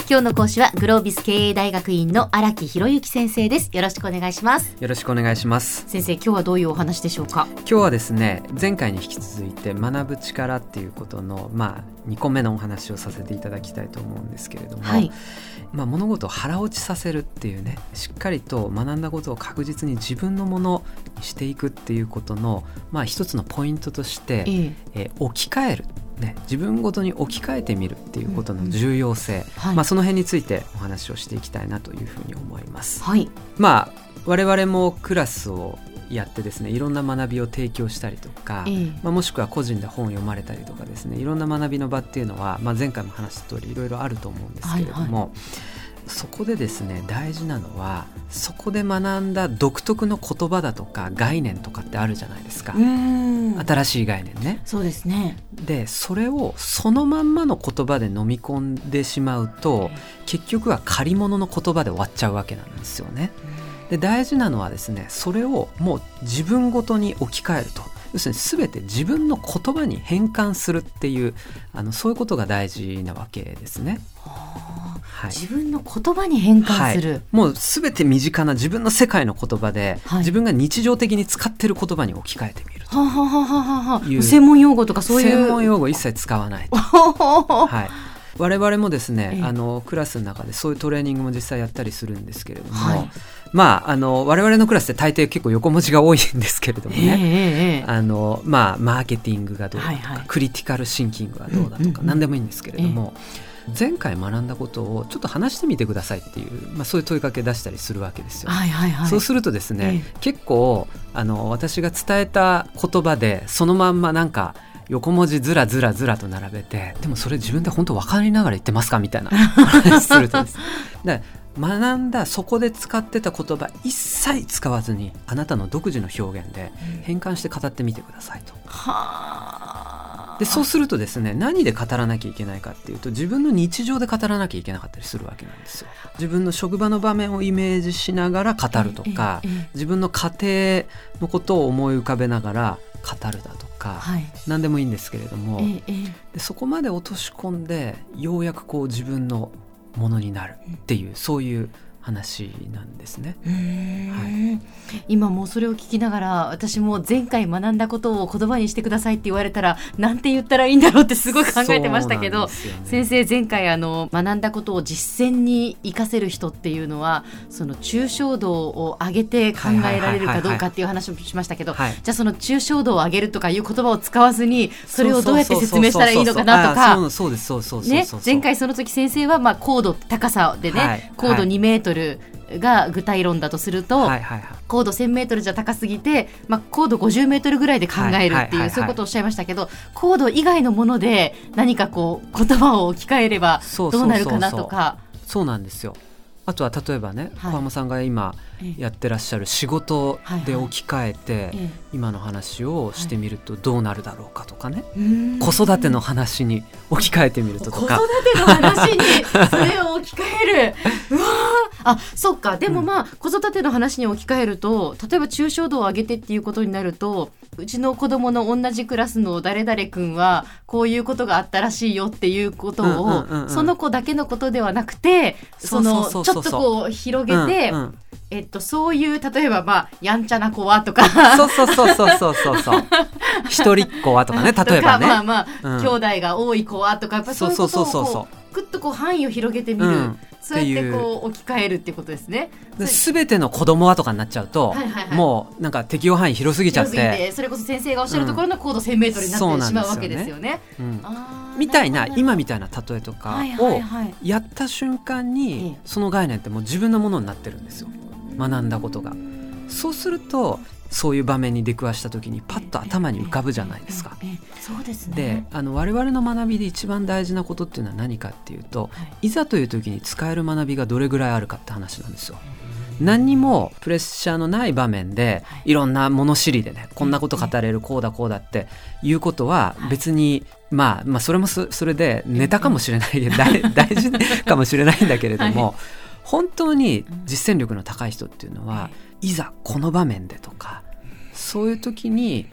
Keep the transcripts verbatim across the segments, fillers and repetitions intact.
今日の講師はグロービス経営大学院の荒木博之先生です。よろしくお願いします。 よろしくお願いします。 先生、今日はどういうお話でしょうか？ 今日はですね、前回に引き続いて学ぶ力っていうことの、まあ、にこめのお話をさせていただきたいと思うんですけれども、はい、まあ、物事を腹落ちさせるっていうね、しっかりと学んだことを確実に自分のものにしていくっていうことの、まあ、一つのポイントとして、えーえー、置き換えるね、自分ごとに置き換えてみるっていうことの重要性、うんうん、はい、まあ、その辺についてお話をしていきたいなというふうに思います、はい、まあ、我々もクラスをやってですね、いろんな学びを提供したりとか、えーまあ、もしくは個人で本を読まれたりとかですね、いろんな学びの場っていうのは、まあ、前回も話した通りいろいろあると思うんですけれども、はいはい、そこでですね、大事なのはそこで学んだ独特の言葉だとか概念とかってあるじゃないですか。うーん、新しい概念ね。 そうですね。 でそれをそのまんまの言葉で飲み込んでしまうと、結局は借り物の言葉で終わっちゃうわけなんですよね。で大事なのはですね、それをもう自分ごとに置き換えると、要するに全て自分の言葉に変換するっていう、あのそういうことが大事なわけですね。 はい、自分の言葉に変換する、はい、 もう全て身近な自分の世界の言葉で、はい、自分が日常的に使っている言葉に置き換えてみると、ははははは、 専門用語とかそういう専門用語一切使わないと、はい、我々もですね、ええ、あのクラスの中でそういうトレーニングも実際やったりするんですけれども、はい、まあ、あの我々のクラスって大抵結構横文字が多いんですけれどもね、えーえー、あのまあ、マーケティングがどうだとか、はいはい、クリティカルシンキングがどうだとか、うんうんうん、何でもいいんですけれども、えー、前回学んだことをちょっと話してみてくださいっていう、まあ、そういう問いかけ出したりするわけですよ、はいはいはい、そうするとですね、えー、結構あの私が伝えた言葉でそのまんまなんか横文字ずらずらずらと並べて、でもそれ自分で本当分かりながら言ってますかみたいな話するとですね、学んだそこで使ってた言葉一切使わずに、あなたの独自の表現で変換して語ってみてくださいと、はでそうするとですね、何で語らなきゃいけないかっていうと、自分の日常で語らなきゃいけなかったりするわけなんですよ。自分の職場の場面をイメージしながら語るとか、自分の家庭のことを思い浮かべながら語るだとか、はい、何でもいいんですけれども、でそこまで落とし込んでようやくこう自分のものになるっていう、そういう話なんですね。うーん、はい、 今もうそれを聞きながら、私も前回学んだことを言葉にしてくださいって言われたらなんて言ったらいいんだろうってすごい考えてましたけど、ね、先生前回あの学んだことを実践に生かせる人っていうのは、その抽象度を上げて考えられるかどうかっていう話をしましたけど、じゃあその抽象度を上げるとかいう言葉を使わずにそれをどうやって説明したらいいのかなとか、前回その時先生はまあ高度高さでね、はい、高度にメートルが具体論だとすると、はいはいはい、高度せんメートルじゃ高すぎて、まあ、高度ごじゅうメートルぐらいで考えるっていう、はいはいはいはい、そういうことをおっしゃいましたけど、高度以外のもので何かこう言葉を置き換えればどうなるかなとか。そうそうそうそう、 そうなんですよ。あとは例えばね、小浜さんが今やってらっしゃる仕事で置き換えて今の話をしてみるとどうなるだろうかとかね、子育ての話に置き換えてみるととか、 子育ての話にそれを置き換えるうわあ、そっか。でもまあ、うん、子育ての話に置き換えると、例えば抽象度を上げてっていうことになると、うちの子供の同じクラスの誰々君はこういうことがあったらしいよっていうことを、うんうんうんうん、その子だけのことではなくて、そのちょっとこう広げて、うんうん、えっと、そういう例えば、まあ、やんちゃな子はとかそうそうそうそうそうそうそう一人っ子はとかね、例えばね、 まあまあ、うん、兄弟が多い子はとか、やっぱそういうことをこうぐっとこう範囲を広げてみる、うん、そうやってこう置き換えるっていうことですね。 すべての子供はとかになっちゃうと、はいはいはい、もうなんか適用範囲広すぎちゃって、 広すぎて、それこそ先生がおっしゃるところの高度せんメートルになってしまうわけですよね。 みたいな、今みたいな例えとかをやった瞬間に、その概念ってもう自分のものになってるんですよ、学んだことが。そうするとそういう場面に出くわした時にパッと頭に浮かぶじゃないですか。 そうですね。 で、あの我々の学びで一番大事なことっていうのは何かっていうと、はい、いざという時に使える学びがどれぐらいあるかって話なんですよ。何にもプレッシャーのない場面でいろんな物知りでね、こんなこと語れる、こうだこうだっていうことは別に、まあ、まあそれも そ, それでネタかもしれないけど、大, 大事かもしれないんだけれども、はい、本当に実践力の高い人っていうのは、いざこの場面でとか、そういう時に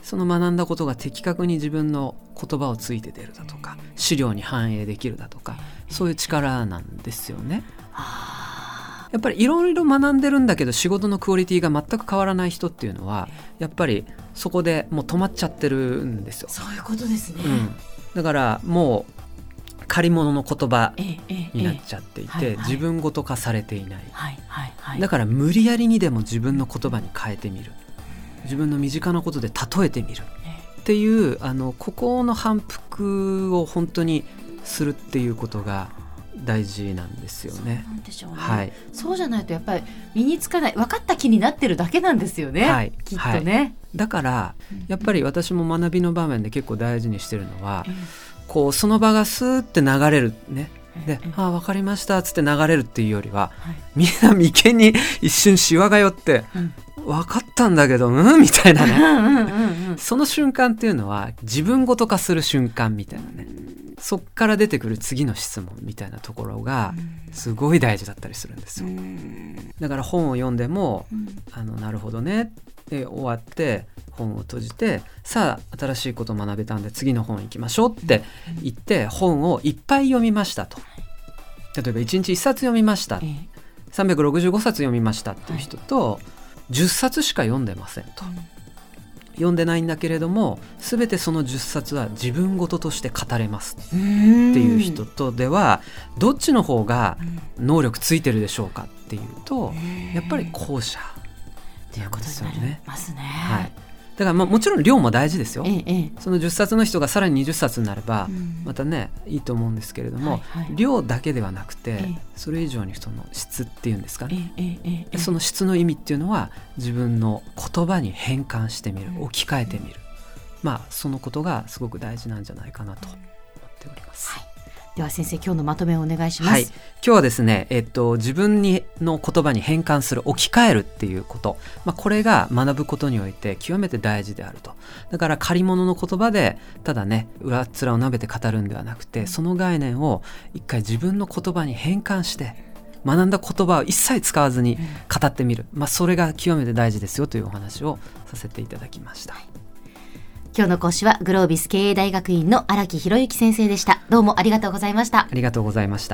その学んだことが的確に自分の言葉をついて出るだとか、資料に反映できるだとか、そういう力なんですよね。やっぱりいろいろ学んでるんだけど仕事のクオリティが全く変わらない人っていうのはやっぱりそこでもう止まっちゃってるんですよ。 そういうことですね、 うん、だからもう借り物の言葉になっちゃっていて、自分ごと化されていない、 はいはいはい、 だから無理やりにでも自分の言葉に変えてみる、自分の身近なことで例えてみるっていうあのここの反復を本当にするっていうことが大事なんですよね。 そうなんでしょうね、 はい、 そうじゃないとやっぱり身につかない、分かった気になってるだけなんですよね、はい、きっとね、はい、 だからやっぱり私も学びの場面で結構大事にしてるのは、うん、こうその場がスーって流れるね、で、うん、ああ分かりましたっつって流れるっていうよりは、はい、みんな眉間に一瞬シワが寄って、うん、分かったんだけどうんみたいなねうんうんうん、うん、その瞬間っていうのは自分ごと化する瞬間みたいなね、そっから出てくる次の質問みたいなところがすごい大事だったりするんですよ。だから本を読んでも、うん、あのなるほどねって終わって本を閉じて、さあ新しいことを学べたんで次の本行きましょうって言って本をいっぱい読みましたと、例えばいちにちいっさつ読みました、さんびゃくろくじゅうごさつ読みましたっていう人と、じゅっさつしか読んでませんと、読んでないんだけれども全てそのじゅっさつは自分事として語れますっていう人とではどっちの方が能力ついてるでしょうかっていうと、やっぱり後者なんですよね。 ということになりますね。 はい、だからまあもちろん量も大事ですよ、 ええ、 そのじゅっさつの人がさらににじゅっさつになればまたね、うん、いいと思うんですけれども、はいはい、量だけではなくて、ええ、それ以上にその質っていうんですかね、えええ、その質の意味っていうのは自分の言葉に変換してみる、置き換えてみる、まあそのことがすごく大事なんじゃないかなと思っております、はい。 では先生、今日のまとめをお願いします。 はい、今日はですね、えっと、自分にの言葉に変換する、置き換えるっていうこと、まあ、これが学ぶことにおいて極めて大事であると。だから借り物の言葉でただね裏っ面をなめて語るんではなくて、その概念を一回自分の言葉に変換して学んだ言葉を一切使わずに語ってみる、まあ、それが極めて大事ですよというお話をさせていただきました。 今日の講師はグロービス経営大学院の荒木博之先生でした。どうもありがとうございました。 ありがとうございました。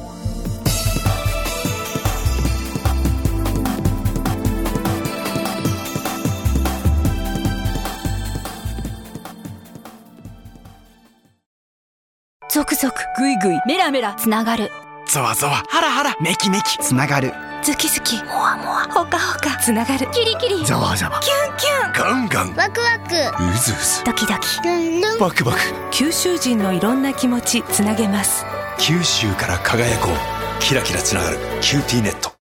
ゾクゾクグイグイメラメラつながる、 ゾワゾワハラハラメキメキつながる、 ズキズキモワモワホカホカつながる、キリキリザワザワキュンキュンガンガンワクワクウズウズドキドキルンルンバクバク、 九州人のいろんな気持ちつなげます。 九州から輝こう、キラキラつながるキューティーネット。